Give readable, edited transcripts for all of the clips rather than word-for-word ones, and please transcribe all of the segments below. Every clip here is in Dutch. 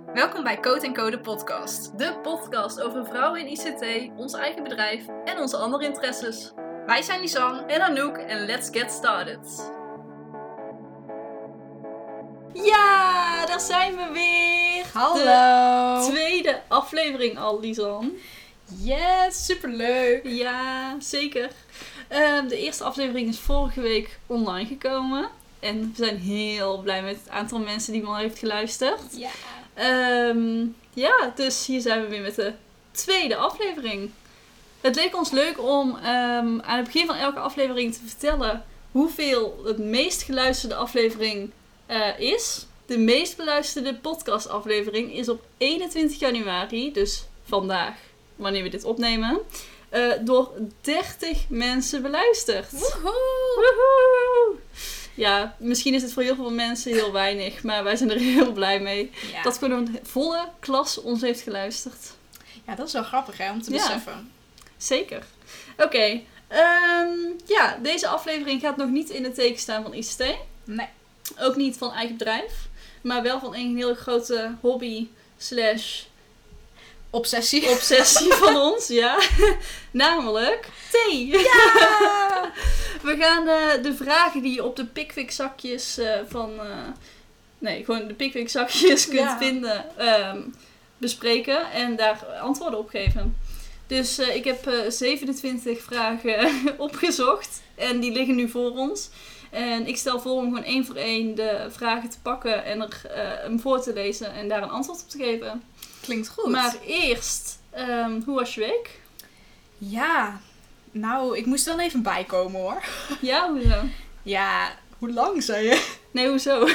Welkom bij Code & Co, de podcast. De podcast over vrouwen in ICT, ons eigen bedrijf en onze andere interesses. Wij zijn Lisanne En Anouk en let's get started. Ja, daar zijn we weer. Hallo. De tweede aflevering al, Lisanne. Yes, superleuk. Ja, zeker. De eerste aflevering is vorige week online gekomen. En we zijn heel blij met het aantal mensen die al heeft geluisterd. Ja. Dus hier zijn we weer met de tweede aflevering. Het leek ons leuk om aan het begin van elke aflevering te vertellen hoeveel het meest geluisterde aflevering is. De meest beluisterde podcastaflevering is op 21 januari, dus vandaag, wanneer we dit opnemen, door 30 mensen beluisterd. Woehoe! Ja, misschien is het voor heel veel mensen heel weinig, maar wij zijn er heel blij mee. Ja. Dat gewoon een volle klas ons heeft geluisterd. Ja, dat is wel grappig hè, om te beseffen. Zeker. Oké. Deze aflevering gaat nog niet in het teken staan van ICT. Nee. Ook niet van eigen bedrijf. Maar wel van een hele grote hobby / Obsessie van ons, ja. Namelijk thee. Ja! We gaan de vragen die je op de Pickwick zakjes gewoon de Pickwick zakjes kunt vinden, bespreken en daar antwoorden op geven. Dus ik heb 27 vragen opgezocht en die liggen nu voor ons. En ik stel voor om gewoon één voor één de vragen te pakken en hem voor te lezen en daar een antwoord op te geven. Klinkt goed. Maar eerst, hoe was je week? Ja, nou, ik moest er dan even bijkomen hoor. Ja, hoezo? Ja, hoe lang zei je? Nee, hoezo?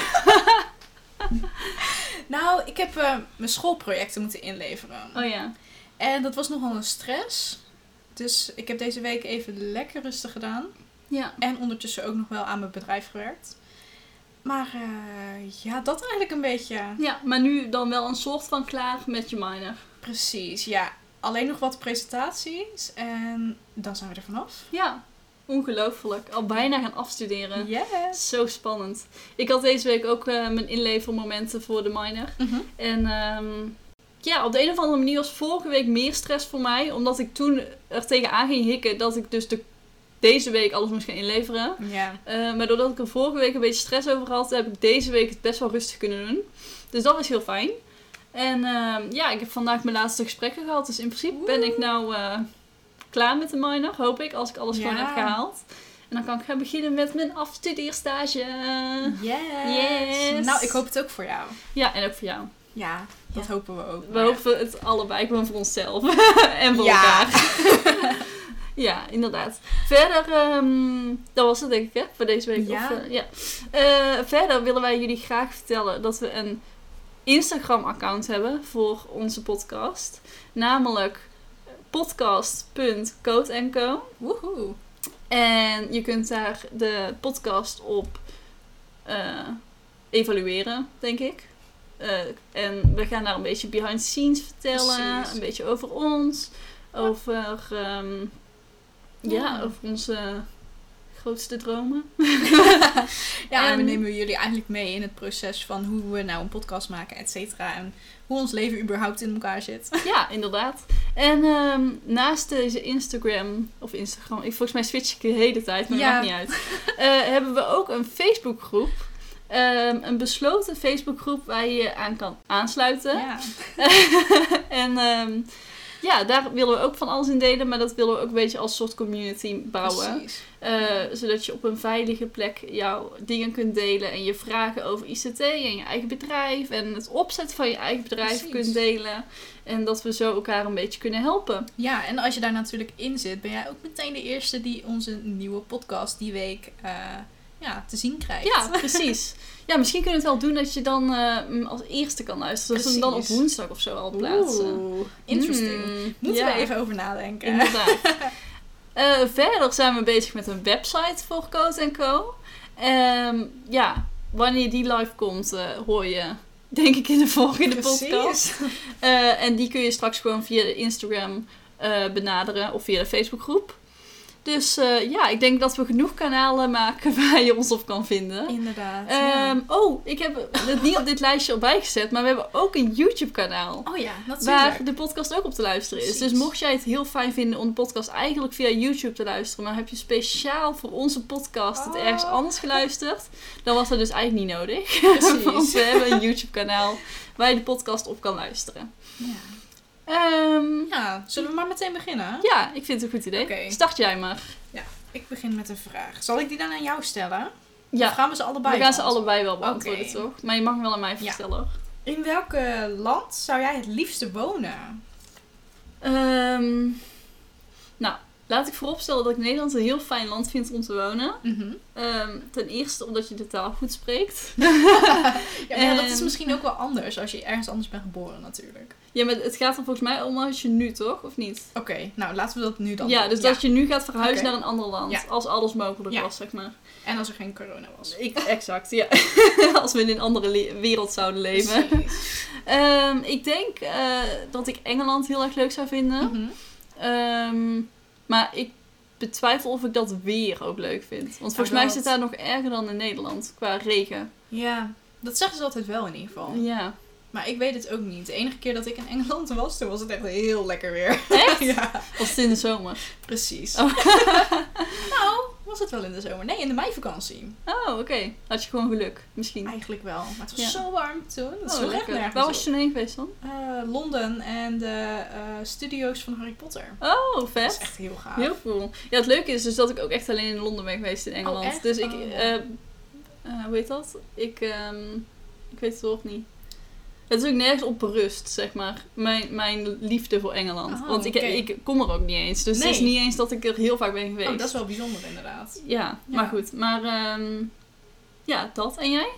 Nou, ik heb mijn schoolprojecten moeten inleveren. Oh ja. En dat was nogal een stress. Dus ik heb deze week even lekker rustig gedaan. Ja. En ondertussen ook nog wel aan mijn bedrijf gewerkt. Maar dat eigenlijk een beetje. Ja, maar nu dan wel een soort van klaar met je minor. Precies, ja. Alleen nog wat presentaties en dan zijn we er vanaf. Ja, ongelooflijk. Al bijna gaan afstuderen. Yes! Zo spannend. Ik had deze week ook mijn inlevermomenten voor de minor. Mm-hmm. En op de een of andere manier was vorige week meer stress voor mij. Omdat ik toen er tegenaan ging hikken dat ik dus deze week alles moest gaan inleveren. Ja. Maar doordat ik er vorige week een beetje stress over had, heb ik deze week het best wel rustig kunnen doen. Dus dat was heel fijn. En ik heb vandaag mijn laatste gesprekken gehad. Dus in principe ben ik nou klaar met de minor, hoop ik, als ik alles gewoon heb gehaald. En dan kan ik gaan beginnen met mijn afstudeerstage. Yes! Nou, ik hoop het ook voor jou. Ja, en ook voor jou. Ja, dat hopen we ook. We hopen het allebei, gewoon voor onszelf. En voor elkaar. Ja, inderdaad. Verder, dat was het denk ik hè, voor deze week. Ja. Verder willen wij jullie graag vertellen dat we een Instagram-account hebben voor onze podcast. Namelijk podcast.codeandco. Woehoe! En je kunt daar de podcast op evalueren, denk ik. En we gaan daar een beetje behind the scenes vertellen. Precies. Een beetje over ons. Over over onze grootste dromen. En we nemen jullie eigenlijk mee in het proces van hoe we nou een podcast maken, et cetera. En hoe ons leven überhaupt in elkaar zit. Ja, inderdaad. En naast deze Instagram, volgens mij switch ik de hele tijd, maar dat maakt niet uit. Hebben we ook een Facebookgroep. Een besloten Facebookgroep waar je je aan kan aansluiten. Ja. En daar willen we ook van alles in delen, maar dat willen we ook een beetje als soort community bouwen. Precies. Zodat je op een veilige plek jouw dingen kunt delen en je vragen over ICT en je eigen bedrijf en het opzetten van je eigen bedrijf kunt delen. En dat we zo elkaar een beetje kunnen helpen. Ja, en als je daar natuurlijk in zit, ben jij ook meteen de eerste die onze nieuwe podcast die week te zien krijgt. Ja, precies. Ja, misschien kunnen we het wel doen dat je dan als eerste kan luisteren. Dus we hem dan op woensdag of zo al plaatsen. Oeh, interesting. Moeten we even over nadenken. Inderdaad. Verder zijn we bezig met een website voor Code & Co. Wanneer die live komt, hoor je denk ik in de volgende podcast. En die kun je straks gewoon via de Instagram benaderen of via de Facebookgroep. Dus ik denk dat we genoeg kanalen maken waar je ons op kan vinden. Inderdaad. Ik heb het niet op dit lijstje erbij gezet, maar we hebben ook een YouTube-kanaal. Oh ja, natuurlijk. Waar de podcast ook op te luisteren is. Precies. Dus mocht jij het heel fijn vinden om de podcast eigenlijk via YouTube te luisteren, maar heb je speciaal voor onze podcast het ergens anders geluisterd, dan was dat dus eigenlijk niet nodig. Precies. Want we hebben een YouTube-kanaal waar je de podcast op kan luisteren. Ja, zullen we maar meteen beginnen? Ja, ik vind het een goed idee. Oké. Start jij maar. Ik begin met een vraag. Zal ik die dan aan jou stellen? Ja, Of gaan we ze allebei we gaan ze beantwoorden? allebei wel beantwoorden, Oké. toch? Maar je mag hem wel aan mij Ja. vertellen. In welk land zou jij het liefste wonen? Laat ik vooropstellen dat ik Nederland een heel fijn land vind om te wonen. Mhm. Ten eerste omdat je de taal goed spreekt. Ja, dat is misschien ook wel anders als je ergens anders bent geboren natuurlijk. Ja, maar het gaat er volgens mij om als je nu, toch? Of niet? Oké, nou laten we dat nu dan Ja, doen. dus dat je nu gaat verhuizen Oké. naar een ander land. Ja. Als alles mogelijk Ja. was, zeg maar. En als er geen corona was. Exact, ja. Als we in een andere wereld zouden leven. Precies. Ik denk dat ik Engeland heel erg leuk zou vinden. Mhm. Maar ik betwijfel of ik dat weer ook leuk vind. Want volgens mij is het daar nog erger dan in Nederland, qua regen. Ja, dat zeggen ze altijd wel in ieder geval. Ja. Maar ik weet het ook niet. De enige keer dat ik in Engeland was, toen was het echt heel lekker weer. Echt? Ja, Was het in de zomer? precies. Oh. Nou, was het wel in de zomer? Nee, in de meivakantie. Oh, oké. Had je gewoon geluk, misschien. Eigenlijk wel. Maar het was Ja. zo warm toen. Dat is Oh, wel echt lekker. nergens Waar op. was je toen heen geweest dan? Londen en de studio's van Harry Potter. Oh, Dat is vet. echt heel gaaf. Heel cool. Ja, het leuke is dus dat ik ook echt alleen in Londen ben geweest in Engeland. echt? Dus ik, Oh. hoe heet dat? Ik weet het toch niet. Het is ook nergens op berust, zeg maar. Mijn liefde voor Engeland. Oh, Want oké. ik kom er ook niet eens. Dus Nee. het is niet eens dat ik er heel vaak ben geweest. Oh, dat is wel bijzonder inderdaad. Ja, Ja. maar goed. Maar ja, dat. En jij?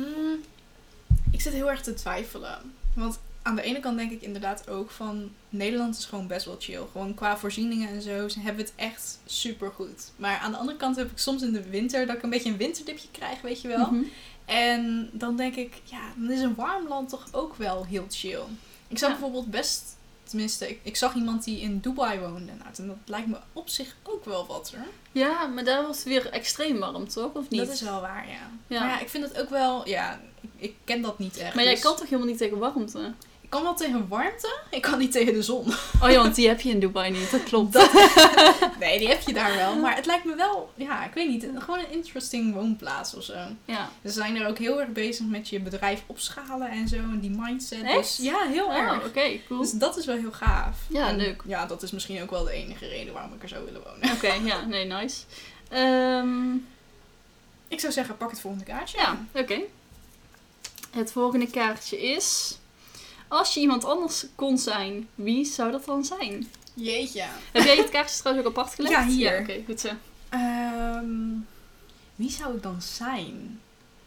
Ik zit heel erg te twijfelen. Want aan de ene kant denk ik inderdaad ook van... Nederland is gewoon best wel chill. Gewoon qua voorzieningen en zo. Ze hebben het echt super goed. Maar aan de andere kant heb ik soms in de winter... dat ik een beetje een winterdipje krijg, weet je wel. Mhm. En dan denk ik... Ja, dan is een warm land toch ook wel heel chill. Ik zou Ja. bijvoorbeeld best... Tenminste, ik zag iemand die in Dubai woonde. Nou, en dat lijkt me op zich ook wel wat, hoor. Ja, maar daar was het weer extreem warm, toch? Of niet? Dat is wel waar, ja. Ja. Maar ja, ik vind het ook wel... Ja, ik ken dat niet echt. Maar jij dus kan toch helemaal niet tegen warmte? Ik kan wel tegen warmte, ik kan niet tegen de zon. Oh ja, want die heb je in Dubai niet. Dat klopt. Nee, die heb je daar wel. Maar het lijkt me wel, ja, ik weet niet, gewoon een interesting woonplaats of zo. Ja. Ze zijn er ook heel erg bezig met je bedrijf opschalen en zo. En die mindset. Echt? Dus, ja, heel Oh, erg. oké, cool. Dus dat is wel heel gaaf. Ja, En leuk. Ja, dat is misschien ook wel de enige reden waarom ik er zou willen wonen. Oké, ja, nee, nice. Ik zou zeggen, pak het volgende kaartje. Ja, oké. Het volgende kaartje is... Als je iemand anders kon zijn, wie zou dat dan zijn? Jeetje. Heb jij het kaartje trouwens ook apart gelegd? Ja, hier. Ja, oké, goed zo. Wie zou ik dan zijn?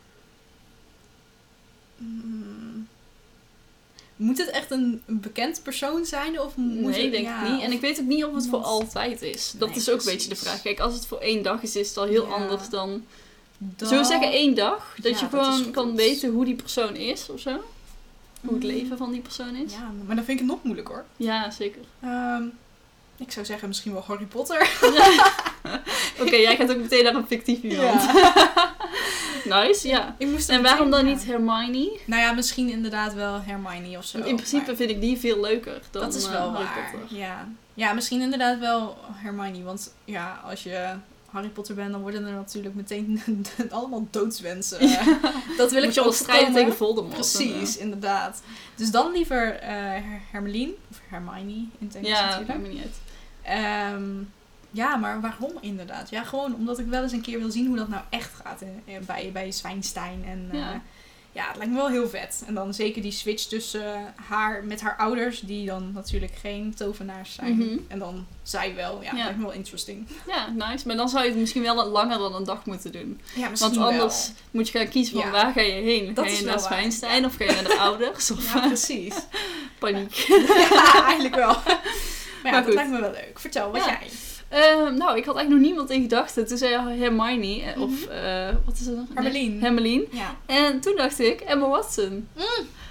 Moet het echt een bekend persoon zijn? Of moet Nee, het, denk ik niet. En ik weet ook niet of het voor altijd is. Dat Nee, is ook een beetje de precies. vraag. Kijk, als het voor 1 dag is het al heel Ja. anders dan... Dan... Zullen we zeggen 1 dag? Dat Ja, je dat is gewoon goed. kan weten hoe die persoon is of zo? Hoe het Mm. leven van die persoon is? Ja, maar dan vind ik het nog moeilijker hoor. Ja, zeker. Ik zou zeggen misschien wel Harry Potter. Oké, jij gaat ook meteen naar een fictief iemand. Nice, ja. Ik moest er En waarom meteen- dan ja. niet Hermione? Nou ja, misschien inderdaad wel Hermione of zo. In principe maar vind ik die veel leuker dan dat is wel Harry waar. Potter. Ja. Ja, misschien inderdaad wel Hermione. Want ja, als je Harry Potter bent, dan worden er natuurlijk meteen allemaal doodswensen. Dat wil ik Moet je al ook strijden voorkomen. tegen Voldemort. Precies, inderdaad. Dus dan liever Hermeline. Of Hermione in het Engels Ja, natuurlijk. maakt me niet uit. Ja, maar waarom inderdaad? Ja, gewoon omdat ik wel eens een keer wil zien hoe dat nou echt gaat bij Zwijnstein. En Ja. het lijkt me wel heel vet. En dan zeker die switch tussen haar met haar ouders, die dan natuurlijk geen tovenaars zijn. Mhm. En dan zij wel. Ja, Ja. lijkt me wel interesting. Ja, nice. Maar dan zou je het misschien wel langer dan een dag moeten doen. Ja, misschien Want anders wel. moet je gaan kiezen van Ja. waar ga je heen? Dat Ga is je wel naar waar. Zwijnstein of ga je naar de ouders? Of Ja, precies. paniek. Ja, eigenlijk wel. Maar ja, dat goed. lijkt me wel leuk. Vertel, wat Ja. jij? Nou, ik had eigenlijk nog niemand in gedachten. Toen zei je Hermione. Of, wat is het nog? Hermeline. Hermeline. Ja. En toen dacht ik, Emma Watson.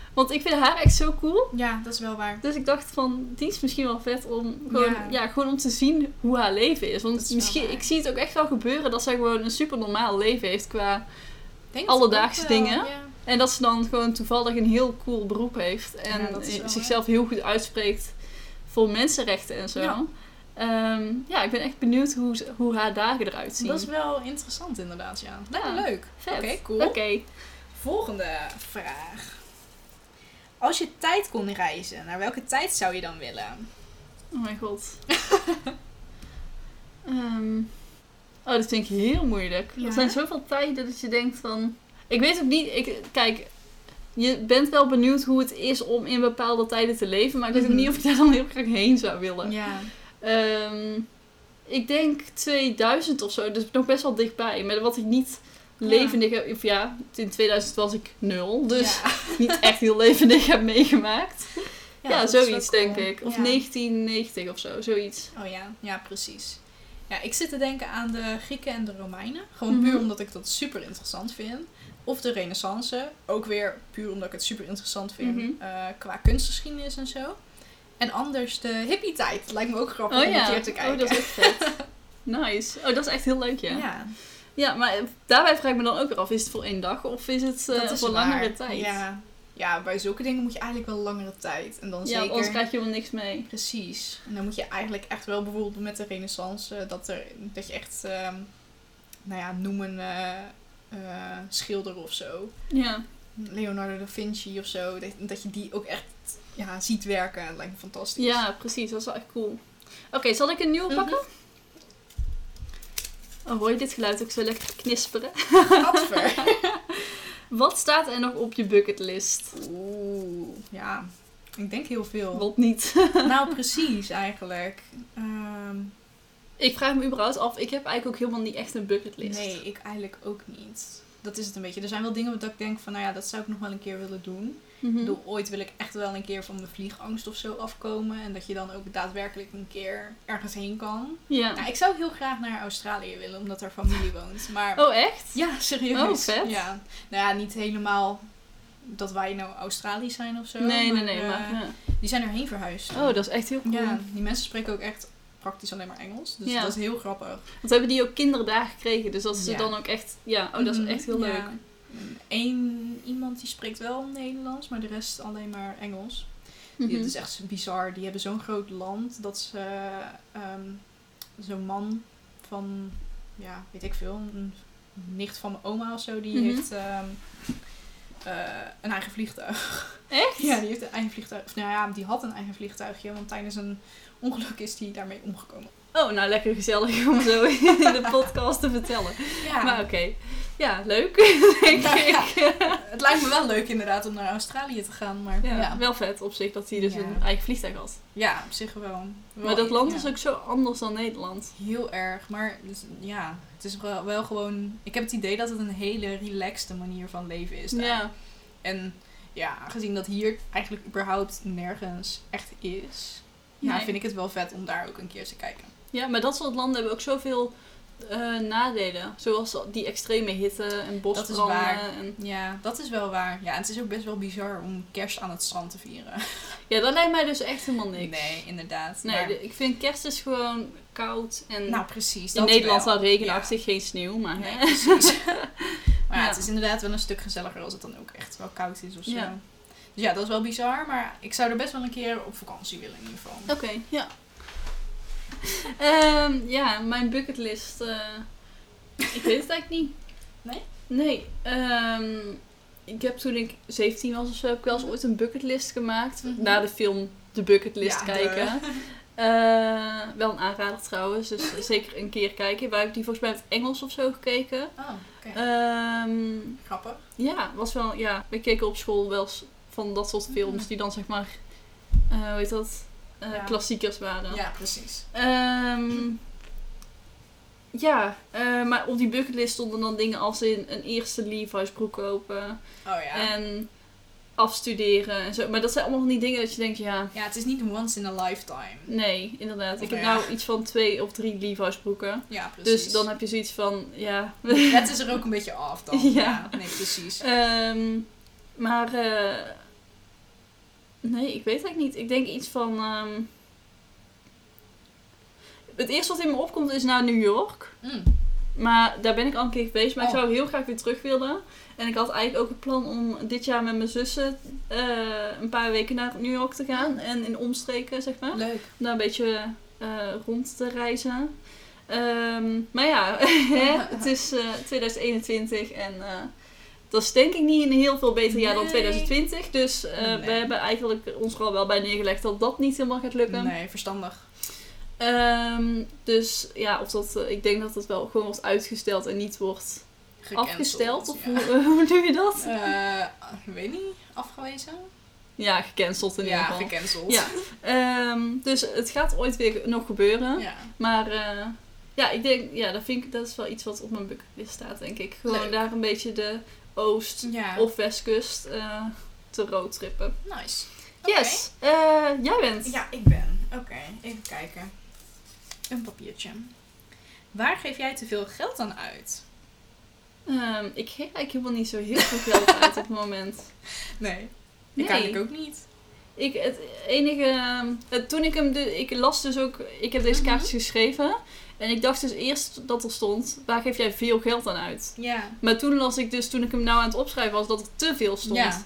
Want ik vind haar echt zo cool. Ja, dat is wel waar. Dus ik dacht van, die is misschien wel vet om gewoon, gewoon om te zien hoe haar leven is. Want misschien, ik zie het ook echt wel gebeuren dat zij gewoon een super normaal leven heeft qua alledaagse dingen. Ja. En dat ze dan gewoon toevallig een heel cool beroep heeft. En zichzelf heel goed uitspreekt voor mensenrechten en zo. Ja. Ik ben echt benieuwd hoe haar dagen eruit zien. Dat is wel interessant inderdaad, ja. Lijkt me leuk. Oké, cool. Oké. Volgende vraag. Als je tijd kon reizen, naar welke tijd zou je dan willen? Oh mijn god. Dat vind ik heel moeilijk. Ja. Er zijn zoveel tijden dat je denkt van... Ik weet ook niet... Kijk, je bent wel benieuwd hoe het is om in bepaalde tijden te leven. Maar ik weet ook niet of ik daar dan heel graag heen zou willen. Ja. Ik denk 2000 of zo. Dus nog best wel dichtbij. Maar wat ik niet levendig heb... Of ja, in 2000 was ik 0. Dus niet echt heel levendig heb meegemaakt. Ja, zoiets denk ik. Of 1990 of zo. Zoiets. Oh ja, ja precies. Ja, ik zit te denken aan de Grieken en de Romeinen. Gewoon puur omdat ik dat super interessant vind. Of de Renaissance. Ook weer puur omdat ik het super interessant vind. Qua kunstgeschiedenis en zo. En anders de hippie-tijd. Lijkt me ook grappig om een keer te kijken. Oh, dat is echt vet. Nice. Oh, dat is echt heel leuk, ja. Ja, maar daarbij vraag ik me dan ook weer af. Is het voor 1 dag of is het voor langere tijd? Ja, bij zulke dingen moet je eigenlijk wel langere tijd. En dan zeker... anders krijg je wel niks mee. Precies. En dan moet je eigenlijk echt wel bijvoorbeeld met de Renaissance... dat je echt... noemen... schilder of zo. Ja. Leonardo da Vinci of zo. Dat je die ook echt ziet werken. Dat lijkt me fantastisch. Ja, precies. Dat is wel echt cool. Oké, zal ik een nieuwe pakken? Oh, hoor je dit geluid ook zo lekker knisperen? Gadver. Wat staat er nog op je bucketlist? Oeh, ja. Ik denk heel veel. Wat niet? Nou, precies eigenlijk. Ik vraag me überhaupt af. Ik heb eigenlijk ook helemaal niet echt een bucketlist. Nee, ik eigenlijk ook niet. Dat is het een beetje. Er zijn wel dingen dat ik denk van, dat zou ik nog wel een keer willen doen. Ik bedoel, ooit wil ik echt wel een keer van mijn vliegangst of zo afkomen. En dat je dan ook daadwerkelijk een keer ergens heen kan. Ja. Nou, ik zou heel graag naar Australië willen, omdat er familie woont. Maar, oh, echt? Ja, serieus. Oh, vet. Ja. Nou ja, niet helemaal dat wij nou Australisch zijn of zo. Nee. Die zijn erheen verhuisd. Oh, dat is echt heel cool. Ja, die mensen spreken ook echt praktisch alleen maar Engels. Dus dat is heel grappig. Want hebben die ook kinderen daar gekregen. Dus dat ze dan ook echt... Ja, dat is echt heel leuk. Iemand die spreekt wel Nederlands, maar de rest alleen maar Engels. Het is echt bizar. Die hebben zo'n groot land dat ze zo'n man van, weet ik veel, een nicht van mijn oma of zo, die heeft een eigen vliegtuig. Echt? Ja, die heeft een eigen vliegtuig. Of die had een eigen vliegtuigje, want tijdens een ongeluk is die daarmee omgekomen. Oh, nou lekker gezellig om zo in de podcast te vertellen. Ja. Maar oké. Ja, leuk, denk ik. Het lijkt me wel leuk inderdaad om naar Australië te gaan. Maar wel vet op zich dat hij dus een eigen vliegtuig had. Ja, op zich wel. Maar dat land is ook zo anders dan Nederland. Heel erg. Maar het is wel gewoon... Ik heb het idee dat het een hele relaxte manier van leven is daar. Ja. En aangezien dat hier eigenlijk überhaupt nergens echt is... vind ik het wel vet om daar ook een keer te kijken. Ja, maar dat soort landen hebben ook zoveel nadelen. Zoals die extreme hitte en bosbranden. Dat is waar. Ja, dat is wel waar. Ja, en het is ook best wel bizar om kerst aan het strand te vieren. Ja, dat lijkt mij dus echt helemaal niks. Nee, inderdaad. Nee, maar... ik vind kerst is gewoon koud. En nou, precies. In Nederland wel regenachtig, geen sneeuw. Maar nee, precies. Maar het is inderdaad wel een stuk gezelliger als het dan ook echt wel koud is of zo. Ja. Dus dat is wel bizar. Maar ik zou er best wel een keer op vakantie willen in ieder geval. Oké, ja. Mijn bucketlist. Ik weet het eigenlijk niet. Nee? Nee. Ik heb toen ik 17 was of zo, heb ik wel eens ooit een bucketlist gemaakt. Na de film De Bucketlist kijken. Wel een aanrader trouwens, dus zeker een keer kijken. Waar heb ik die volgens mij in het Engels of zo gekeken. Oh, oké. Grappig. Ja, was wel, we keken op school wel van dat soort films die dan zeg maar, hoe heet dat? Klassiekers waren. Ja, precies. Maar op die bucketlist stonden dan dingen als in een eerste Levi's broek kopen. Oh ja. En afstuderen en zo. Maar dat zijn allemaal van die dingen dat je denkt, Ja, het is niet once in a lifetime. Nee, inderdaad. Ik heb nou iets van 2 of 3 Levi's broeken. Ja, precies. Dus dan heb je zoiets van, Het is er ook een beetje af dan. Ja. Nee, precies. Nee, ik weet eigenlijk niet. Ik denk iets van... Het eerste wat in me opkomt is naar New York. Maar daar ben ik al een keer geweest. Maar ik zou heel graag weer terug willen. En ik had eigenlijk ook het plan om dit jaar met mijn zussen een paar weken naar New York te gaan. En in omstreken, zeg maar. Leuk. Om daar een beetje rond te reizen. Maar ja, het is 2021 en dat is denk ik niet een heel veel beter jaar dan 2020. Dus we hebben eigenlijk ons er al wel bij neergelegd dat dat niet helemaal gaat lukken. Nee, verstandig. Dus ja, ik denk dat het wel gewoon wordt uitgesteld en niet wordt afgesteld. Of hoe doe je dat? Ik weet niet. Afgewezen? Ja, gecanceld in ieder geval. Ja, gecanceld. Ja. Dus het gaat ooit weer nog gebeuren. Ja. Maar ik denk, dat is wel iets wat op mijn bucketlist staat, denk ik. Gewoon daar een beetje de Oost- of Westkust te roadtrippen. Nice. Yes. Jij bent. Ja, ik ben. Oké, even kijken. Een papiertje. Waar geef jij te veel geld aan uit? Ik geef eigenlijk helemaal niet zo heel veel geld uit op het moment. Nee. Ik eigenlijk ook niet. Het enige... toen ik las dus ook... Ik heb deze kaartjes geschreven. En ik dacht dus eerst dat er stond... Waar geef jij veel geld aan uit? Ja. Maar toen las ik dus... Toen ik hem nou aan het opschrijven was... Dat er te veel stond. Ja.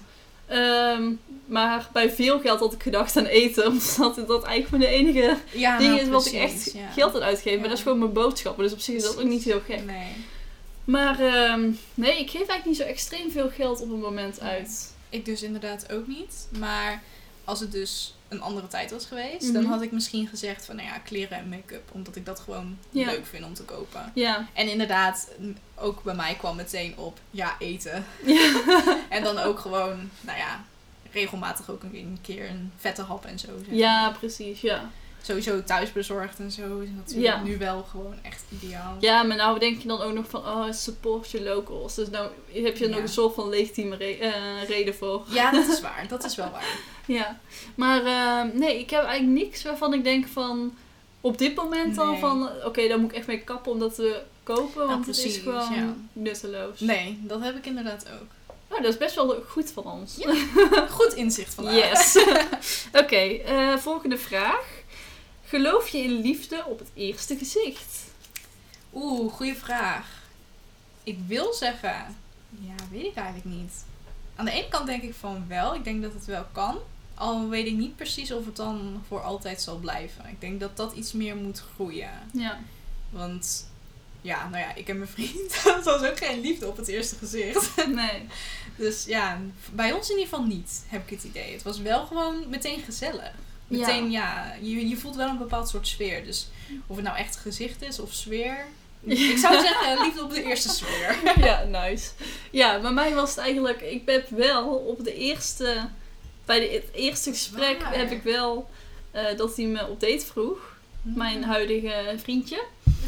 Maar bij veel geld had ik gedacht aan eten. Omdat dat eigenlijk maar de enige ding is wat ik echt geld aan uitgeef. Ja. Maar dat is gewoon mijn boodschappen. Dus op zich is dat ook niet heel gek. Nee. Maar nee, ik geef eigenlijk niet zo extreem veel geld op een moment uit. Ik dus inderdaad ook niet. Maar als het dus een andere tijd was geweest... dan had ik misschien gezegd van... Nou ja, kleren en make-up. Omdat ik dat gewoon leuk vind om te kopen. Ja. En inderdaad, ook bij mij kwam meteen op... Ja, eten. Ja. En dan ook gewoon... Nou ja, regelmatig ook een keer een vette hap en zo. Ja, precies. Ja. Sowieso thuisbezorgd en zo is natuurlijk nu wel gewoon echt ideaal. Ja, maar nou denk je dan ook nog van, support je locals. Dus nou heb je er nog een soort van legitieme reden voor. Ja, dat is waar. Dat is wel waar. Ja, maar nee, ik heb eigenlijk niks waarvan ik denk van, op dit moment al van, oké, daar moet ik echt mee kappen om dat te kopen. Want het is gewoon nutteloos. Nee, dat heb ik inderdaad ook. Oh, dat is best wel goed van ons. Ja, goed inzicht vandaag. Yes. Oké, volgende vraag. Geloof je in liefde op het eerste gezicht? Goeie vraag. Ik wil zeggen... Ja, weet ik eigenlijk niet. Aan de ene kant denk ik van wel. Ik denk dat het wel kan. Al weet ik niet precies of het dan voor altijd zal blijven. Ik denk dat dat iets meer moet groeien. Ja. Want... Ja, nou ja, ik en mijn vriend. Dat was ook geen liefde op het eerste gezicht. Nee. Dus ja, bij ons in ieder geval niet, heb ik het idee. Het was wel gewoon meteen gezellig. Meteen, je voelt wel een bepaald soort sfeer. Dus of het nou echt gezicht is of sfeer. Ik zou zeggen, liefde op de eerste sfeer. Ja, nice. Ja, bij mij was het eigenlijk... Ik heb wel op de eerste... Bij het eerste gesprek heb ik wel... dat hij me op date vroeg. Mijn huidige vriendje.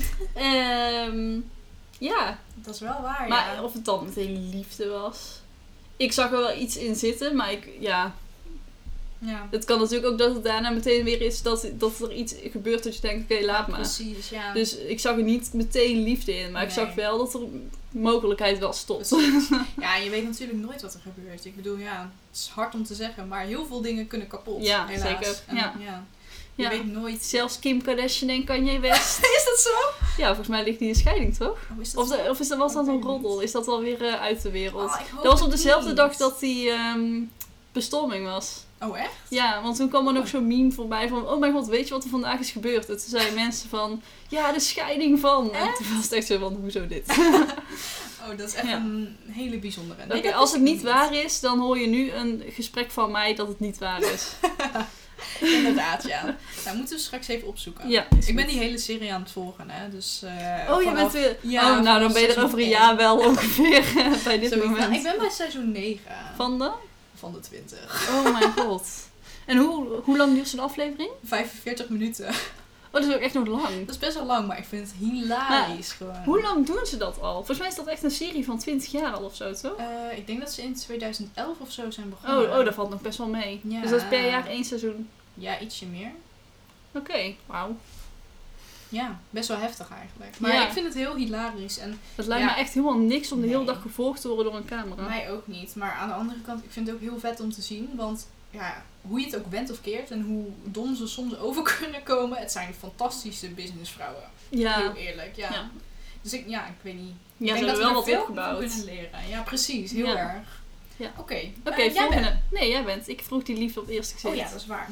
Ja. Dat is wel waar, maar of het dan meteen liefde was... Ik zag er wel iets in zitten, maar Ja. Het kan natuurlijk ook dat het daarna meteen weer is dat er iets gebeurt dat je denkt, oké, laat maar. Precies, ja. Dus ik zag er niet meteen liefde in, maar ik zag wel dat er mogelijkheid wel stond. Ja, je weet natuurlijk nooit wat er gebeurt. Ik bedoel, ja, het is hard om te zeggen, maar heel veel dingen kunnen kapot. Ja, helaas. zeker. En, je weet nooit. Zelfs Kim Kardashian en Kanye West. Is dat zo? Ja, volgens mij ligt die in scheiding, toch? Was dat een roddel? Niet. Is dat alweer uit de wereld? Dat was op dezelfde dag dat die bestorming was. Oh, echt? Ja, want toen kwam er nog zo'n meme voorbij van... Oh mijn god, weet je wat er vandaag is gebeurd? En toen zeiden mensen van... Ja, de scheiding van... En toen was het echt zo van, hoezo dit? Oh, dat is echt een hele bijzondere. Nee, Oké, als het niet waar is, dan hoor je nu een gesprek van mij dat het niet waar is. Inderdaad, ja. Nou, moeten we straks even opzoeken. Ja, ik ben die hele serie aan het volgen, hè. Dus, je bent weer... Ja, nou, dan ben je er over een jaar wel ongeveer bij dit moment. Nou, ik ben bij seizoen 9. Van de? Van de 20. Oh mijn god. En hoe lang duurt zo'n aflevering? 45 minuten. Oh, dat is ook echt nog lang. Dat is best wel lang, maar ik vind het hilarisch gewoon. Hoe lang doen ze dat al? Volgens mij is dat echt een serie van 20 jaar al of zo, toch? Ik denk dat ze in 2011 of zo zijn begonnen. Oh, dat valt nog best wel mee. Ja. Dus dat is per jaar 1 seizoen? Ja, ietsje meer. Oké, wauw. Ja, best wel heftig eigenlijk. Maar ik vind het heel hilarisch. En het lijkt me echt helemaal niks om de hele dag gevolgd te worden door een camera. Mij ook niet. Maar aan de andere kant, ik vind het ook heel vet om te zien. Want ja, hoe je het ook went of keert en hoe dom ze soms over kunnen komen. Het zijn fantastische businessvrouwen. Ja. Heel eerlijk, ja. Dus ik weet niet. Ja, ik ze denk hebben dat wel we wat er veel opgebouwd. van kunnen leren. Ja, precies. Heel Ja. erg. Ja. Oké, Oké, jij volgende. bent. Nee, jij bent. Ik vroeg die liefde op het eerste gezicht. Oh ja, dat is waar.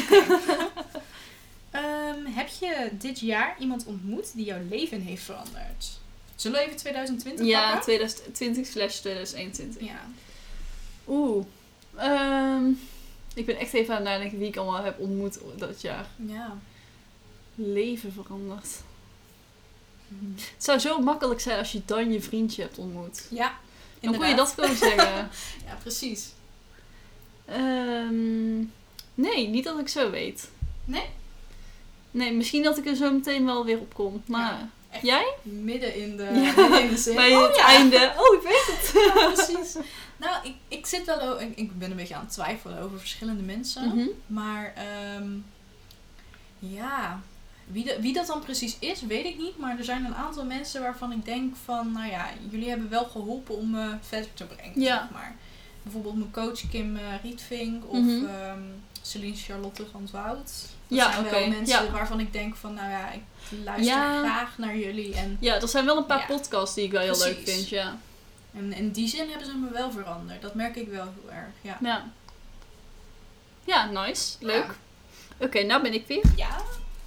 Heb je dit jaar iemand ontmoet die jouw leven heeft veranderd? Zullen we even 2020 Ja, pakken? 2020/2021. Ja. Oeh. Ik ben echt even aan het nadenken wie ik allemaal heb ontmoet dat jaar. Ja. Leven veranderd. Het zou zo makkelijk zijn als je dan je vriendje hebt ontmoet. Ja, Dan kon je dat gewoon zeggen. Ja, precies. Nee, niet dat ik zo weet. Nee? Nee, misschien dat ik er zo meteen wel weer op kom. Maar Ja, echt. jij? Midden in de, Ja. midden in de zin. Bij het einde. Oh, ik weet het. Ja, precies. Nou, ik zit wel... Ik ben een beetje aan het twijfelen over verschillende mensen. Mhm. Maar, ja... Wie dat dan precies is, weet ik niet. Maar er zijn een aantal mensen waarvan ik denk van... Nou ja, jullie hebben wel geholpen om me verder te brengen, Ja. zeg maar. Bijvoorbeeld mijn coach Kim Rietvink of Mhm. Celine Charlotte van het Woud. Dat Ja, zijn oké, wel mensen ja. waarvan ik denk van... Nou ja, ik luister Ja. graag naar jullie. En Ja, er zijn wel een paar Ja. podcasts die ik wel heel leuk Precies. vind, ja. En in die zin hebben ze me wel veranderd. Dat merk ik wel heel erg, ja. Ja, ja nice. Leuk. Ja. Oké, nou ben ik weer. Ja?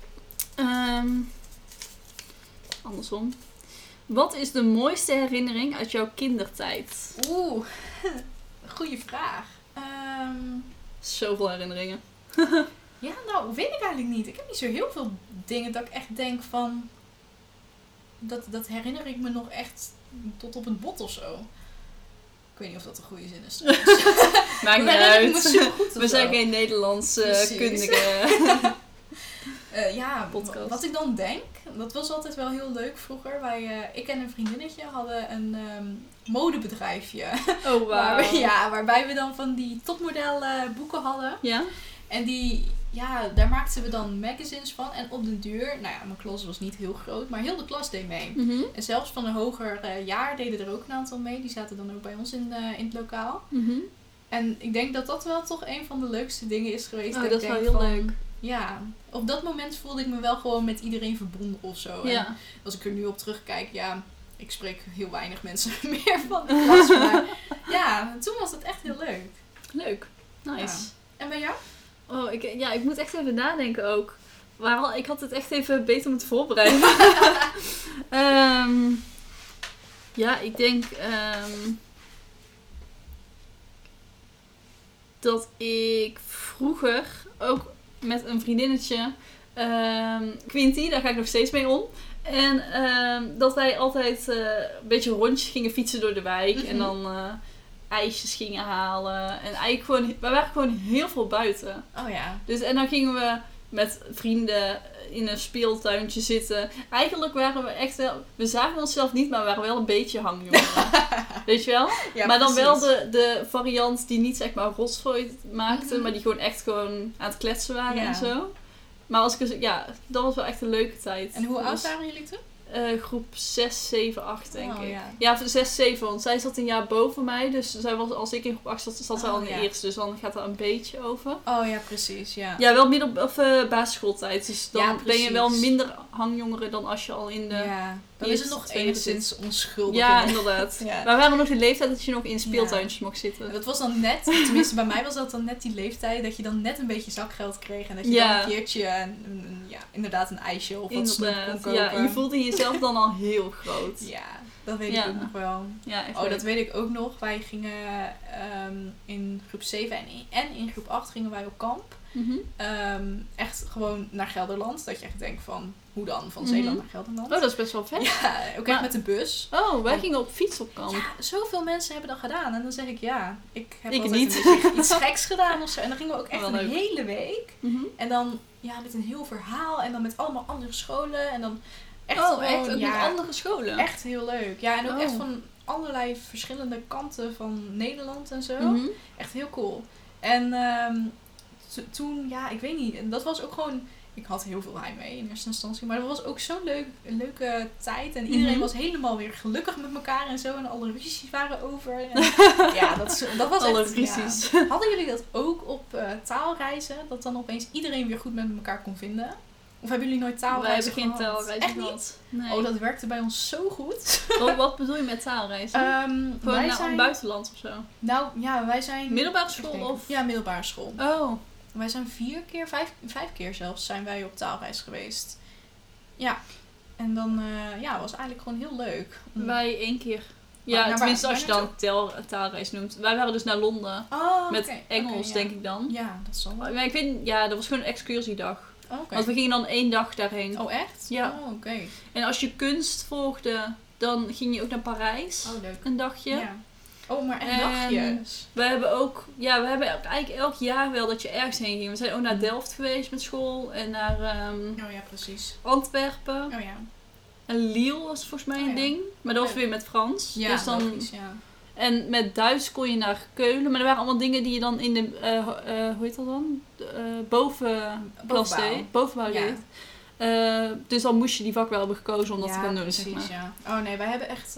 Andersom. Wat is de mooiste herinnering uit jouw kindertijd? Oeh, goeie vraag. Zoveel herinneringen. Ja, nou, weet ik eigenlijk niet. Ik heb niet zo heel veel dingen dat ik echt denk van... Dat herinner ik me nog echt tot op het bot of zo. Ik weet niet of dat een goede zin is. trouwens. Maakt niet Dat herinner ik me uit. supergoed of We zijn zo. geen Nederlandse Precies. kundige. Ja, Podcast. wat ik dan denk, dat was altijd wel heel leuk vroeger. Ik en een vriendinnetje hadden een modebedrijfje. Oh, wauw. Waarbij we dan van die topmodel boeken hadden. Ja? En daar maakten we dan magazines van. En op den duur, nou ja, mijn klas was niet heel groot, maar heel de klas deed mee. Mhm. En zelfs van een hoger jaar deden er ook een aantal mee. Die zaten dan ook bij ons in het lokaal. Mhm. En ik denk dat dat wel toch een van de leukste dingen is geweest. Oh, ik dat is wel denk heel van, leuk. Ja, op dat moment voelde ik me wel gewoon met iedereen verbonden of zo. En Ja. als ik er nu op terugkijk, ja, ik spreek heel weinig mensen meer van de klas. Maar ja, toen was het echt heel leuk. Leuk. Nice. Ja. En bij jou? Oh, ik moet echt even nadenken ook. Ik had het echt even beter moeten voorbereiden. Ja, ik denk dat ik vroeger ook met een vriendinnetje, Quinty, daar ga ik nog steeds mee om. En dat wij altijd een beetje rondjes gingen fietsen door de wijk. Mhm. En dan ijsjes gingen halen. En eigenlijk gewoon, wij waren gewoon heel veel buiten. Oh ja. Dus, en dan gingen we met vrienden in een speeltuintje zitten. Eigenlijk waren we echt wel... We zagen onszelf niet, maar we waren wel een beetje hangjongeren. Weet je wel? Ja, maar dan wel precies. de variant die niet zeg maar rotzooi maakte. Mhm. Maar die gewoon echt gewoon aan het kletsen waren Ja. en zo. Maar als ik dat was wel echt een leuke tijd. En hoe oud Dus, waren jullie toen? groep 6, 7, 8 denk Oh, ik. ja. Ja, 6, 7. Want zij zat een jaar boven mij. Dus zij was, als ik in groep 8 zat zij al in de ja. eerste. Dus dan gaat er een beetje over. Oh ja, precies. Ja. Ja, wel basisschooltijd. Dus dan Ja, ben je wel precies. minder hangjongeren dan als je al in de... Ja, dan eerste, is het nog tweede enigszins onschuldig. Ja, inderdaad. Ja. Maar we waren nog de leeftijd dat je nog in speeltuintjes mocht zitten. Dat was dan net, tenminste bij mij was dat dan net die leeftijd dat je dan net een beetje zakgeld kreeg. En dat je Ja. dan een keertje inderdaad een ijsje of wat snoep kon Inderdaad. kopen. Ja, je voelde jezelf dan al heel groot. Ja, dat weet Ja. ik ook nog wel. Ja, echt Oh, leuk. dat weet ik ook nog. Wij gingen in groep 7 en in groep 8 gingen wij op kamp. Mhm. Echt gewoon naar Gelderland. Dat je echt denkt van, hoe dan? Van Mhm. Zeeland naar Gelderland. Oh, dat is best wel vet. Ja, ook echt Maar- met de bus. Oh, wij gingen op fiets op kamp. Ja, zoveel mensen hebben dat gedaan. En dan zeg ik, ja, ik heb Ik altijd niet. een beetje iets geks gedaan of zo. En dan gingen we ook echt Wel een leuk. hele week. Mhm. En dan, ja, met een heel verhaal. En dan met allemaal andere scholen. En dan echt Oh, gewoon, echt? Ook ja, met andere scholen? echt heel leuk. Ja, en ook Oh. echt van allerlei verschillende kanten van Nederland en zo. Mhm. Echt heel cool. En toen, ja, ik weet niet. En dat was ook gewoon Ik had heel veel heimwee in eerste instantie. Maar dat was ook zo'n leuke tijd. En iedereen was helemaal weer gelukkig met elkaar en zo. En alle ruzies waren over. En ja, dat was alle echt... ruzies. Ja. Hadden jullie dat ook op taalreizen? Dat dan opeens iedereen weer goed met elkaar kon vinden? Of hebben jullie nooit taalreizen Wij hebben geen gehad? taalreizen Echt niet? gehad. Nee. Oh, dat werkte bij ons zo goed. Wat bedoel je met taalreizen? Gewoon Wij naar zijn... het buitenland of zo? Nou, ja, wij zijn... Middelbare Even school denken. of? Ja, middelbare school. Oh. Wij zijn 5 keer zelfs zijn wij op taalreis geweest. Ja. En dan was eigenlijk gewoon heel leuk. Wij 1 keer. Ja, Maar tenminste waar als je dan taalreis noemt. Wij waren dus naar Londen. Oh, Met oké. Engels, Oké, denk ik dan. Ja, dat zal wel. Maar ik weet, ja, dat was gewoon een excursiedag. Oh, oké. Want we gingen dan 1 dag daarheen. Oh, echt? Ja. Oh, oké. En als je kunst volgde, dan ging je ook naar Parijs. Oh, leuk. Een dagje. Ja. Oh, maar echt En dagjes. We hebben eigenlijk elk jaar wel dat je ergens heen ging. We zijn ook naar Delft geweest met school. En naar Oh ja, precies. Antwerpen. Oh ja. En Lille was volgens mij een ja. ding. Maar dat was Leuk. weer met Frans. Ja, Dus dan, logisch, ja. en met Duits kon je naar Keulen. Maar er waren allemaal dingen die je dan in de... hoe heet dat dan? Bovenklas deed. Bovenbouw Ja. deed. Dus dan moest je die vak wel hebben gekozen om dat te gaan doen, precies, zeg maar. ja. Oh nee, wij hebben echt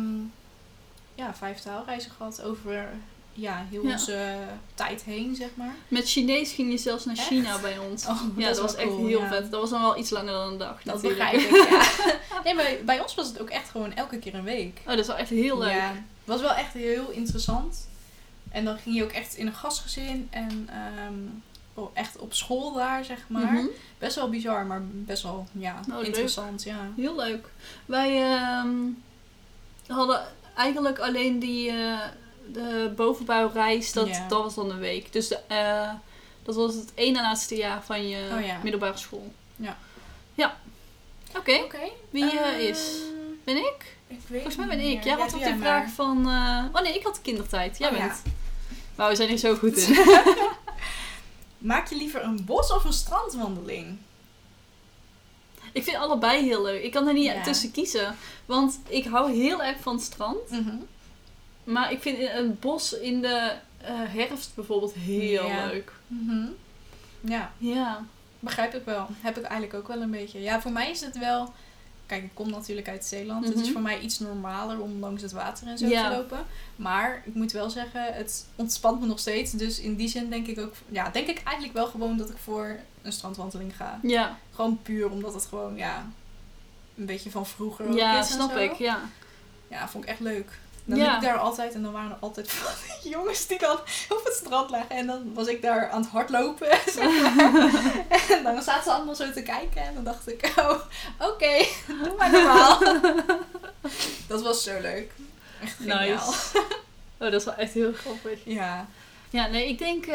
5 taalreizen gehad over heel Ja. onze tijd heen, zeg maar. Met Chinees ging je zelfs naar Echt? China bij ons. Oh, Ja, dat is was wel echt cool, heel ja. vet. Dat was dan wel iets langer dan een dag. Dat natuurlijk. begrijp ik, ja. Nee, maar bij ons was het ook echt gewoon elke keer een week. Oh, dat is wel echt heel leuk. Ja, het was wel echt heel interessant. En dan ging je ook echt in een gastgezin en echt op school daar, zeg maar. Mhm. Best wel bizar, maar best wel leuk. interessant, ja. Heel leuk. Wij hadden eigenlijk alleen de bovenbouwreis. Dat was dan een week. Dus dat was het ene laatste jaar van je middelbare school. Ja. Ja. Oké. Wie is? Ben ik? Ik weet Volgens mij niet ben ik. meer. Jij had doe op die jij vraag maar. van... oh nee, ik had kindertijd. Jij Oh, bent. Maar we zijn er zo goed in. Maak je liever een bos- of een strandwandeling? Ik vind allebei heel leuk. Ik kan er niet Ja. tussen kiezen. Want ik hou heel erg van het strand. Maar ik vind een bos in de herfst bijvoorbeeld heel Ja. leuk. Ja, Ja. begrijp ik wel. Heb ik eigenlijk ook wel een beetje. Ja, voor mij is het wel... Kijk, ik kom natuurlijk uit Zeeland. Het is voor mij iets normaler om langs het water en zo Ja. te lopen. Maar ik moet wel zeggen, het ontspant me nog steeds. Dus in die zin denk ik ook... Ja, denk ik eigenlijk wel gewoon dat ik voor een strandwandeling ga. Ja, Gewoon puur omdat het gewoon, een beetje van vroeger ook ja is en snap zo. ik. Ja. Ja, vond ik echt leuk. Dan Ja. liep ik daar altijd en dan waren er altijd van die jongens die dan op het strand lagen. En dan was ik daar aan het hardlopen. Zeg maar. En dan zaten ze allemaal zo te kijken. En dan dacht ik, oké, doe maar normaal. Dat was zo leuk. Echt geniaal. Nice. Oh, dat is wel echt heel grappig. Ja. Ja, nee, ik denk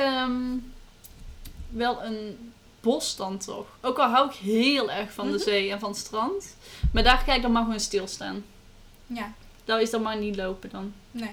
wel een bos dan toch. Ook al hou ik heel erg van de zee en van het strand. Maar daar ga ik dan maar gewoon stilstaan. Ja, Daar is dan maar niet lopen dan. nee.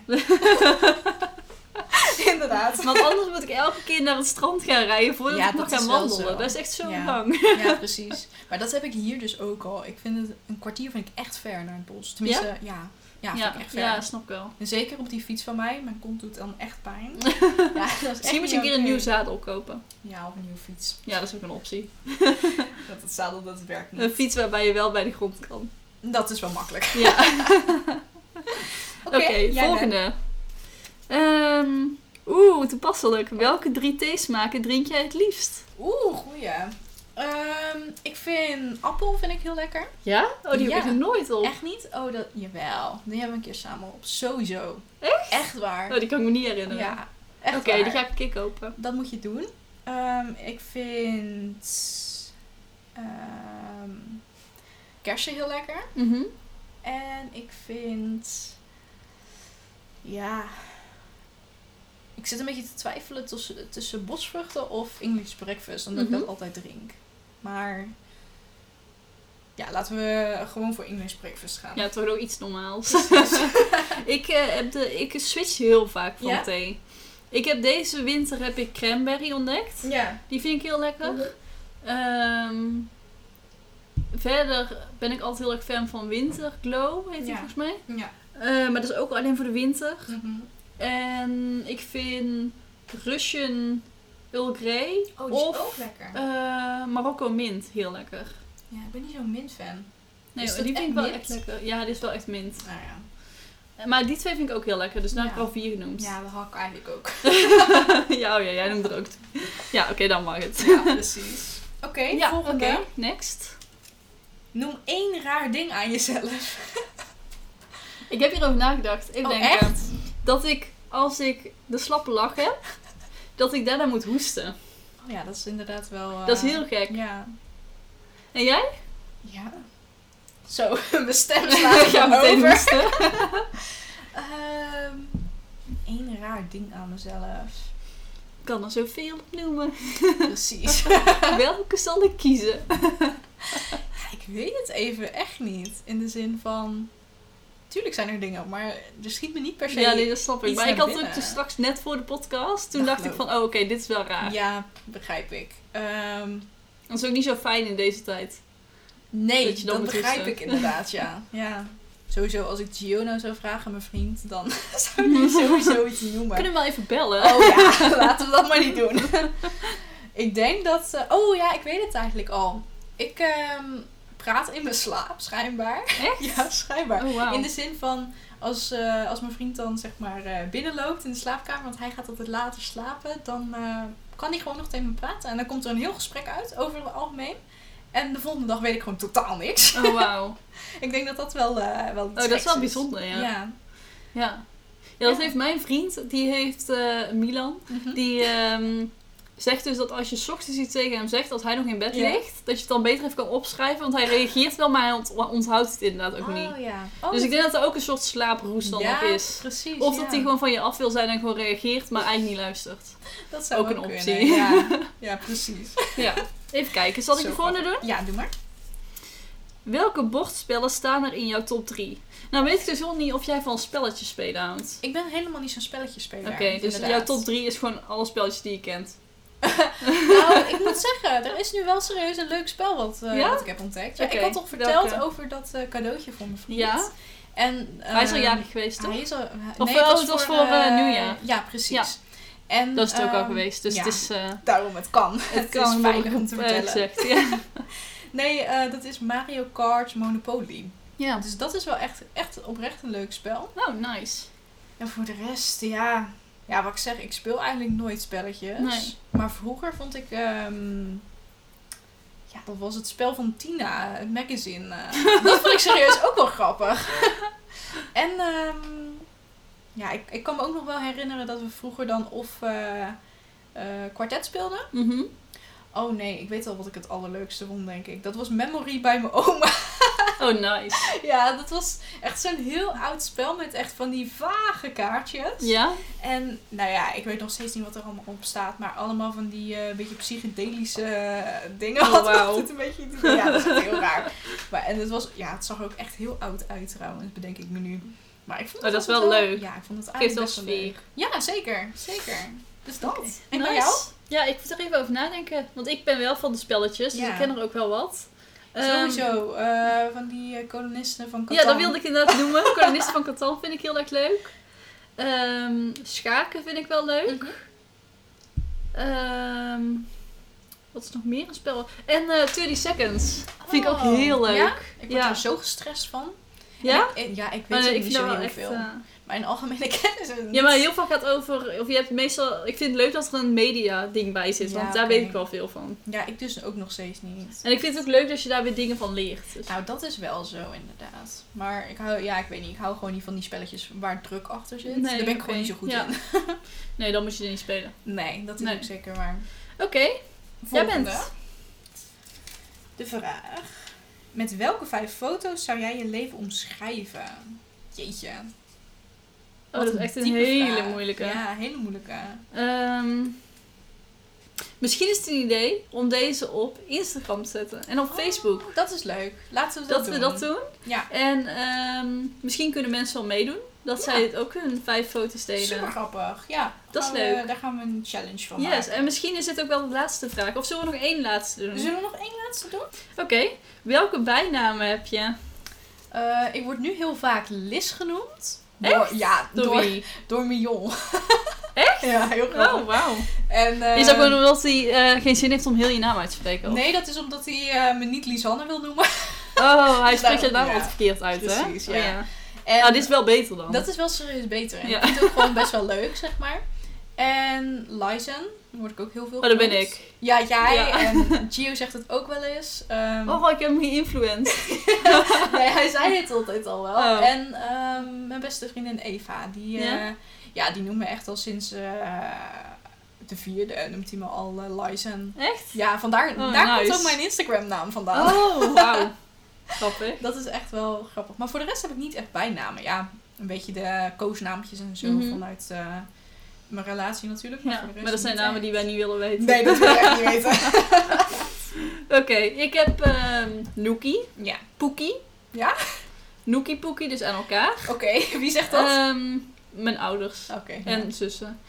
Inderdaad. Want anders moet ik elke keer naar het strand gaan rijden voordat Ja, ik nog dat ga is wel wandelen. zo. Dat is echt zo Ja. lang. Ja, precies. Maar dat heb ik hier dus ook al. Ik vind het een kwartier vind ik echt ver naar het bos. Tenminste, ja, vind ik echt ver. Ja, snap ik wel. En zeker op die fiets van mij. Mijn kont doet dan echt pijn. Ja, dat is echt Misschien moet je een keer niet een nieuw oké. zadel kopen. Ja, of een nieuwe fiets. Ja, dat is ook een optie. Dat het zadel, dat werkt niet. Een fiets waarbij je wel bij de grond kan. Dat is wel makkelijk. Ja. Oké, jij volgende. Toepasselijk. Welke 3 theesmaken drink jij het liefst? Goeie. Ik vind appel vind ik heel lekker. Ja? Oh, die heb Ja. ik er nooit op. Echt niet? Oh, jawel. Die hebben we een keer samen op. Sowieso. Echt? Echt waar. Oh, die kan ik me niet herinneren. Ja, echt Oké, waar. die ga ik een keer kopen. Dat moet je doen. Ik vind kersen heel lekker. Mhm. En ik vind... Ja... Ik zit een beetje te twijfelen tussen bosvruchten of English breakfast. Omdat ik dat altijd drink. Maar... Ja, laten we gewoon voor English breakfast gaan. Ja, het wordt ook iets normaals. Ik switch heel vaak van Ja? thee. Ik heb deze winter cranberry ontdekt. Ja. Die vind ik heel lekker. Verder ben ik altijd heel erg fan van Winterglow, heet die Ja. volgens mij. Ja. Maar dat is ook alleen voor de winter. Mhm. En ik vind Russian Earl Grey. Oh, die is of ook lekker. Marokko mint. Heel lekker. Ja, ik ben niet zo'n mint-fan. Nee, Is die dat vind ik echt wel mint? echt lekker. Ja, die is wel echt mint. Nou ja. Maar die twee vind ik ook heel lekker. Dus daar heb ik Ja. al 4 genoemd. Ja, dat had ik eigenlijk ook. Ja, jij noemt er ook 2. Ja, oké, dan mag het. Ja, precies. Oké, Ja, volgende. oké. Next. Noem 1 raar ding aan jezelf. Ik heb hierover nagedacht. Even denken. Echt? Dat ik, als ik de slappe lach heb, dat ik daarna moet hoesten. Oh ja, dat is inderdaad wel... Dat is heel gek. Ja. En jij? Ja. Zo, mijn stem slaat Ja, meteen over. hoesten. 1 raar ding aan mezelf. Ik kan er zoveel op noemen. Precies. Welke zal ik kiezen? Ik weet het even echt niet. In de zin van... Tuurlijk zijn er dingen, maar er schiet me niet per se... Ja, nee, dat snap ik. iets Maar ik naar had ook binnen. dus straks net voor de podcast, toen Dat dacht ik geloof van, oh oké, dit is wel raar. Ja, begrijp ik. Dat is ook niet zo fijn in deze tijd. Nee, Dat je dan dat moet begrijp hoesten. ik inderdaad, ja. Ja. Sowieso, als ik Gio nou zou vragen, mijn vriend, dan zou die sowieso iets noemen. Kunnen we wel even bellen? Oh ja, laten we dat maar niet doen. Ik denk dat... oh ja, ik weet het eigenlijk al. Ik praat in mijn slaap, schijnbaar. Echt? Ja, schijnbaar. Oh, wauw. In de zin van, als mijn vriend dan zeg maar binnenloopt in de slaapkamer, want hij gaat altijd later slapen, dan kan hij gewoon nog tegen me praten. En dan komt er een heel gesprek uit over het algemeen. En de volgende dag weet ik gewoon totaal niks. Oh, wauw. Ik denk dat dat wel iets Oh, dat is geks wel bijzonder, ja. Ja. Ja, dat Ja. heeft mijn vriend, die heeft Milan. Mhm. Die zegt dus dat als je 's ochtends iets tegen hem zegt, als hij nog in bed Ja. ligt, dat je het dan beter even kan opschrijven. Want hij reageert wel, maar hij onthoudt het inderdaad ook niet. Oh ja. Oh, Dus ik denk dat er ook een soort slaaproes dan ja, nog is. Precies. Of ja. dat hij gewoon van je af wil zijn en gewoon reageert, maar eigenlijk niet luistert. Dat zou ook een optie. kunnen, Ja. Ja, precies. Ja, even kijken. Zal ik Zo de volgende doen? grappig. Ja, doe maar. Welke bordspellen staan er in jouw top 3? Nou weet ik dus wel niet of jij van spelletjes spelen houdt. Ik ben helemaal niet zo'n spelletjespeler. Oké, dus inderdaad. jouw top 3 is gewoon alle spelletjes die je kent. Nou, ik moet zeggen, er is nu wel serieus een leuk spel wat ik heb ontdekt. Ja, Oké, ik had toch verteld welke? over dat cadeautje voor mijn vriend. Ja. En, Hij is al jarig geweest, toch? Hij is al... Of nee, het was voor nieuwjaar. Ja, precies. Ja. En, Dat is het ook al geweest, dus ja, het is... daarom, het kan. het kan is veilig om te vertellen. gezegd, ja. Nee, dat is Mario Kart Monopoly. Ja. Dus dat is wel echt oprecht een leuk spel. Oh, nice. En voor de rest, ja, wat ik zeg, ik speel eigenlijk nooit spelletjes. Nee. Maar vroeger vond ik, dat was het spel van Tina, het magazine. Dat vond ik serieus ook wel grappig. En ik kan me ook nog wel herinneren dat we vroeger dan of kwartet speelden. Mhm. Oh nee, ik weet al wat ik het allerleukste vond, denk ik. Dat was Memory bij mijn oma. Oh, nice. Ja, dat was echt zo'n heel oud spel met echt van die vage kaartjes. Ja? En nou ja, ik weet nog steeds niet wat er allemaal op staat, maar allemaal van die beetje psychedelische dingen. Oh, had wauw. altijd een beetje het idee. Ja, dat is echt heel raar. Maar, en het zag er ook echt heel oud uit trouwens, bedenk ik me nu. Maar ik vond het Oh, dat is altijd wel leuk. Ja, ik vond het Geeft eigenlijk wel best wel sfeer. leuk. Ja, zeker. Zeker. Dus dat. Oké. En bij Nice. jou? Ja, ik moet er even over nadenken. Want ik ben wel van de spelletjes, dus Ja. ik ken er ook wel wat. Sowieso. Van die kolonisten van Catan. Ja, dat wilde ik inderdaad noemen. Kolonisten van Catan vind ik heel erg leuk. Schaken vind ik wel leuk. Mhm. Wat is nog meer een spel? En 30 Seconds. Vind ik ook Oh, heel leuk. Ja? Ik word Ja. er zo gestrest van. Ja? En ik Maar weet ik niet vind zo dat wel heel echt... veel. Maar in algemene kennis is het niet. Ja, maar heel vaak gaat het over... Of je hebt meestal... Ik vind het leuk dat er een media ding bij zit. Ja, Want daar oké. weet ik wel veel van. Ja, ik dus ook nog steeds niet. En ik vind het ook leuk dat je daar weer dingen van leert. Dus. Nou, dat is wel zo inderdaad. Maar ik weet niet. Ik hou gewoon niet van die spelletjes waar druk achter zit. Nee, Daar ben ik oké. gewoon niet zo goed Ja. in. Nee, dan moet je er niet spelen. Nee, dat is Nee. ook zeker waar. Oké, jij Volgende. bent. De vraag. Met welke 5 foto's zou jij je leven omschrijven? Jeetje. Oh, dat is echt een diepe hele vraag. moeilijke. Ja, hele moeilijke. Misschien is het een idee om deze op Instagram te zetten. En op Facebook. Oh, dat is leuk. Laten we Dat doen. we dat doen. Ja, En misschien kunnen mensen wel meedoen. Dat Ja. zij het ook hun 5 foto's delen. super grappig. Ja, Dat is gaan we- leuk. Daar gaan we een challenge van Yes, maken. en misschien is dit ook wel de laatste vraag. Of zullen we nog één laatste doen? Zullen we nog één laatste doen? Oké, welke bijnamen heb je? Ik word nu heel vaak Liz genoemd. Echt? Ja, Door wie? door Mion. Echt? Ja, heel grappig. Oh, wauw. En, Is dat gewoon omdat hij geen zin heeft om heel je naam uit te spreken? Of? Nee, dat is omdat hij me niet Lisanne wil noemen. Oh, hij spreekt je naam Ja. altijd verkeerd uit, hè? Precies, ja. Oh, ja. En Nou, dit is wel beter dan. dat is wel serieus beter. En Ja. ik vind het ook gewoon best wel leuk, zeg maar. En Lizen, daar word ik ook heel veel Oh, dat ben genoemd. ik. Ja, jij. Ja. En Gio zegt het ook wel eens. Oh, ik heb hem geïnfluenced. Nee, hij zei het altijd al wel. Oh. En mijn beste vriendin Eva, die, die noemt me echt al sinds de 4e, noemt hij me al Lizen. Echt? Ja, daar nice. komt ook mijn Instagram naam vandaan. Oh, wauw. Grappig. Dat is echt wel grappig. Maar voor de rest heb ik niet echt bijnamen. Ja, een beetje de koosnaampjes en zo vanuit mijn relatie natuurlijk. Ja, voor de rest maar dat zijn niet namen echt. die wij niet willen weten. Nee, dat wil ik echt niet weten. Oké, ik heb Nookie, Ja. Poekie. Ja? Nookie, Poekie, dus aan elkaar. Oké, wie zegt dat? Mijn ouders Oké. en zussen.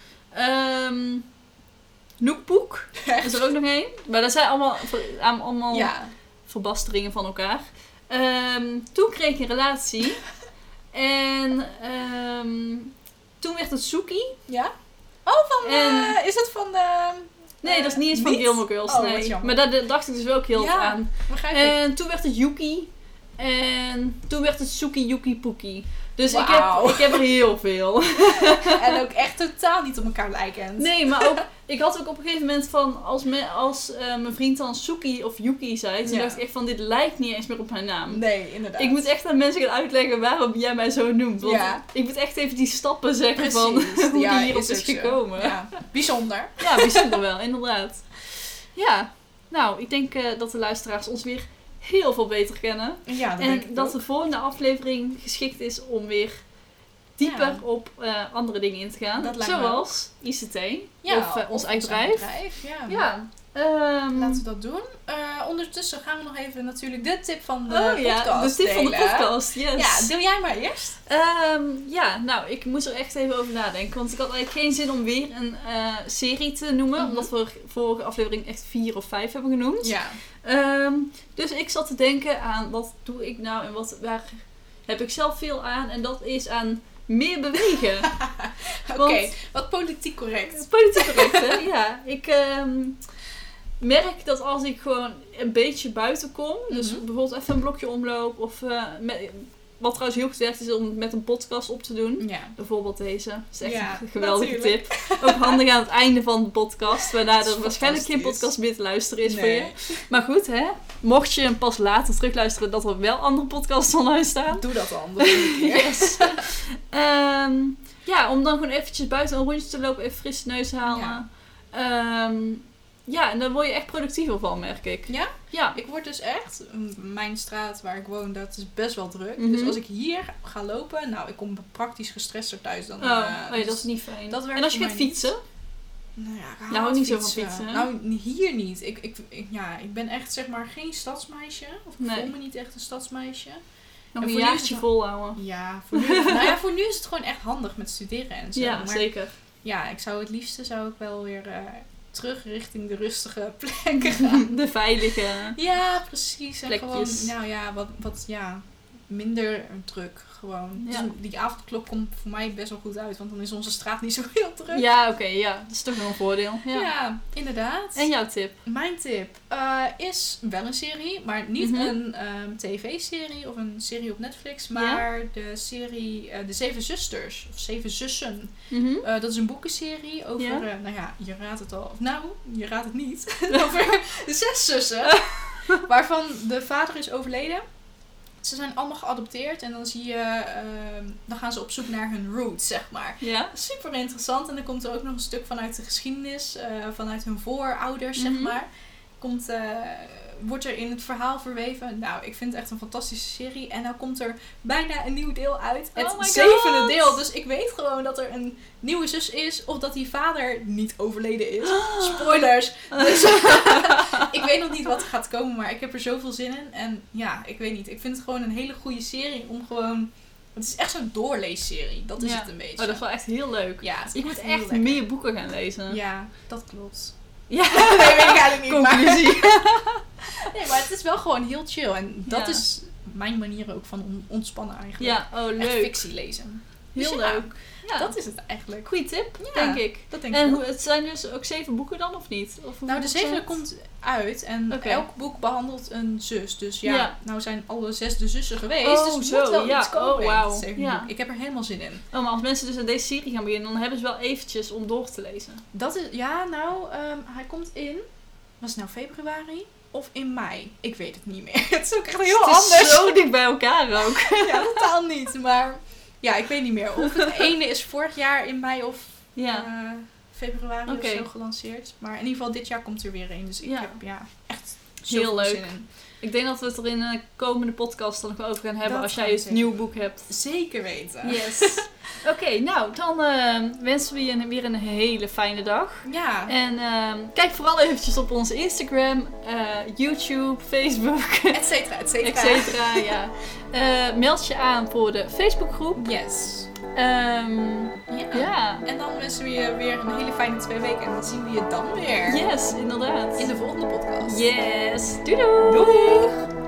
Noekpoek is er ook nog één. Maar dat zijn allemaal Ja. verbasteringen van elkaar. Toen kreeg ik een relatie. En toen werd het Soekie. Ja? Oh, En- is het van de... Nee, dat is niet eens van niet? Gilmore Girls. Oh, nee. wat jammer. Maar daar dacht ik dus wel ook heel Ja. aan. Begrijp ik. En toen werd het Yuki. En toen werd het Suki Yuki Poekie. Dus Wauw. ik heb er heel veel. En ook echt totaal niet op elkaar lijkend. Nee, maar ook, ik had ook op een gegeven moment van, als mijn vriend dan Suki of Yuki zei, toen Ja. dacht ik echt van, dit lijkt niet eens meer op mijn naam. Nee, inderdaad. Ik moet echt aan mensen gaan uitleggen waarom jij mij zo noemt. Want Ja. ik moet echt even die stappen zeggen Precies. van hoe Ja, die hierop is ook zo. gekomen. Ja. Bijzonder. Ja, bijzonder wel, inderdaad. Ja, nou, ik denk dat de luisteraars ons weer heel veel beter kennen. Ja, dat En denk ik dat ook. de volgende aflevering geschikt is om weer dieper Ja. op andere dingen in te gaan. Dat lijkt me Zoals ICT Ja, of ons eigen bedrijf. Ja. Ja. Laten we dat doen. Ondertussen gaan we nog even natuurlijk de tip van de podcast ja, de tip van de delen. podcast. Yes. Ja, deel jij maar eerst. Ja, nou, ik moest er echt even over nadenken. Want ik had eigenlijk geen zin om weer een serie te noemen. Mhm. Omdat we vorige aflevering echt 4 of 5 hebben genoemd. Ja. Dus ik zat te denken aan wat doe ik nou en waar heb ik zelf veel aan. En dat is aan meer bewegen. Oké, wat politiek correct. Politiek correct, hè? Ja. Ik merk dat als ik gewoon een beetje buiten kom. Dus Mhm. bijvoorbeeld even een blokje omloop. Of wat trouwens heel goed werkt is om met een podcast op te doen. Ja. Bijvoorbeeld deze. Dat is echt Ja, een geweldige natuurlijk. tip. Ook handig aan het einde van de podcast. Waarna Dat is er waarschijnlijk geen fantastisch. podcast meer te luisteren is voor Nee. je. Maar goed, hè. Mocht je hem pas later terugluisteren dat er wel andere podcasts online staan. Doe dat dan. De volgende keer. Yes. Ja, om dan gewoon eventjes buiten een rondje te lopen. Even frisse neus halen. Ja, en daar word je echt productiever van, merk ik. Ja? Ja. Ik word dus echt, mijn straat waar ik woon, dat is best wel druk. Mhm. Dus als ik hier ga lopen, nou, ik kom praktisch gestrester thuis dan. Nee, dus dat is niet fijn. dat werkt En als je voor gaat mij fietsen? Nou ja, ik Nou, haat hou niet zo van fietsen, hè? Nou, hier niet. Ik ben echt zeg maar geen stadsmeisje. Of ik Nee. voel me niet echt een stadsmeisje. Nog En een voor nu is jaartje het volhouden. Ja, voor nu, nou ja, voor nu is het gewoon echt handig met studeren en zo. Ja, maar zeker. ja, ik zou het liefste wel weer terug richting de rustige plekken gaan. De veilige. Ja, precies. En Plekjes. gewoon, nou ja, wat minder druk gewoon. Ja. Dus die avondklok komt voor mij best wel goed uit, want dan is onze straat niet zo heel druk. Ja, oké, ja. Dat is toch wel een voordeel. Ja. Ja, inderdaad. En jouw tip? Mijn tip is wel een serie, maar niet Mhm. een tv-serie of een serie op Netflix, maar de serie De Zeven Zusters, of Zeven Zussen. Mhm. Dat is een boekenserie over, Ja? nou ja, je raadt het al. Of nou, je raadt het niet. Over de 6 zussen, waarvan de vader is overleden. Ze zijn allemaal geadopteerd en dan zie je, dan gaan ze op zoek naar hun roots, zeg maar. Ja? Super interessant en dan komt er ook nog een stuk vanuit de geschiedenis, vanuit hun voorouders, zeg Mhm. maar. Wordt er in het verhaal verweven. Nou, ik vind het echt een fantastische serie. En nou komt er bijna een nieuw deel uit. Het Oh my 7e God. deel. Dus ik weet gewoon dat er een nieuwe zus is. Of dat die vader niet overleden is. Spoilers. Dus ik weet nog niet wat er gaat komen. Maar ik heb er zoveel zin in. En ja, ik weet niet. Ik vind het gewoon een hele goede serie om gewoon... Het is echt zo'n doorleesserie. Dat is Ja. het een beetje. Oh, dat is wel echt heel leuk. Ja, het is Ik moet heel echt lekker. meer boeken gaan lezen. Ja, dat klopt. Ja. Nee, weet ik eigenlijk niet. Maar... Conclusie. Nee, maar het is wel gewoon heel chill. En dat Ja. is mijn manier ook van ontspannen eigenlijk. Ja, oh Echt leuk. fictie lezen. Heel Dus ja, leuk. Ja, Dat is het eigenlijk. goeie tip, Ja, denk ik. Dat denk En ik ook. het zijn dus ook 7 boeken dan, of niet? Of hoeveel Nou, de boeken zijn 7e het? komt uit en Oké. elk boek behandelt een zus. Dus Ja. nou zijn alle 6 de zussen geweest. Oh, dus er zo, moet wel ja. iets komen Oh, in wauw. het 7e Ja. boek. Ik heb er helemaal zin in. Oh, maar als mensen dus aan deze serie gaan beginnen, dan hebben ze wel eventjes om door te lezen. Dat is, hij komt in, was het nou februari of in mei? Ik weet het niet meer. Het is ook echt heel Het is anders. zo dicht bij elkaar ook. Ja, totaal niet. Maar ja, ik weet niet meer. Of het ene is vorig jaar in mei of Ja. februari Oké. of zo gelanceerd. Maar in ieder geval dit jaar komt er weer een. Dus ik Ja. heb echt Heel zoveel leuk. zin in. Ik denk dat we het er in een komende podcast dan nog wel over gaan hebben Dat als gaan jij we het zeker nieuwe doen. boek hebt. Zeker weten. Yes. Oké, nou, dan wensen we je weer een hele fijne dag. Ja. En kijk vooral eventjes op onze Instagram, YouTube, Facebook, Et cetera, et cetera. et cetera. Ja. Meld je aan voor de Facebookgroep. Yes. Ja. Ja. En dan wensen we je weer een hele fijne 2 weken. En dan zien we je dan weer. Yes, inderdaad. In de volgende podcast. Yes. Doei doei. Doei!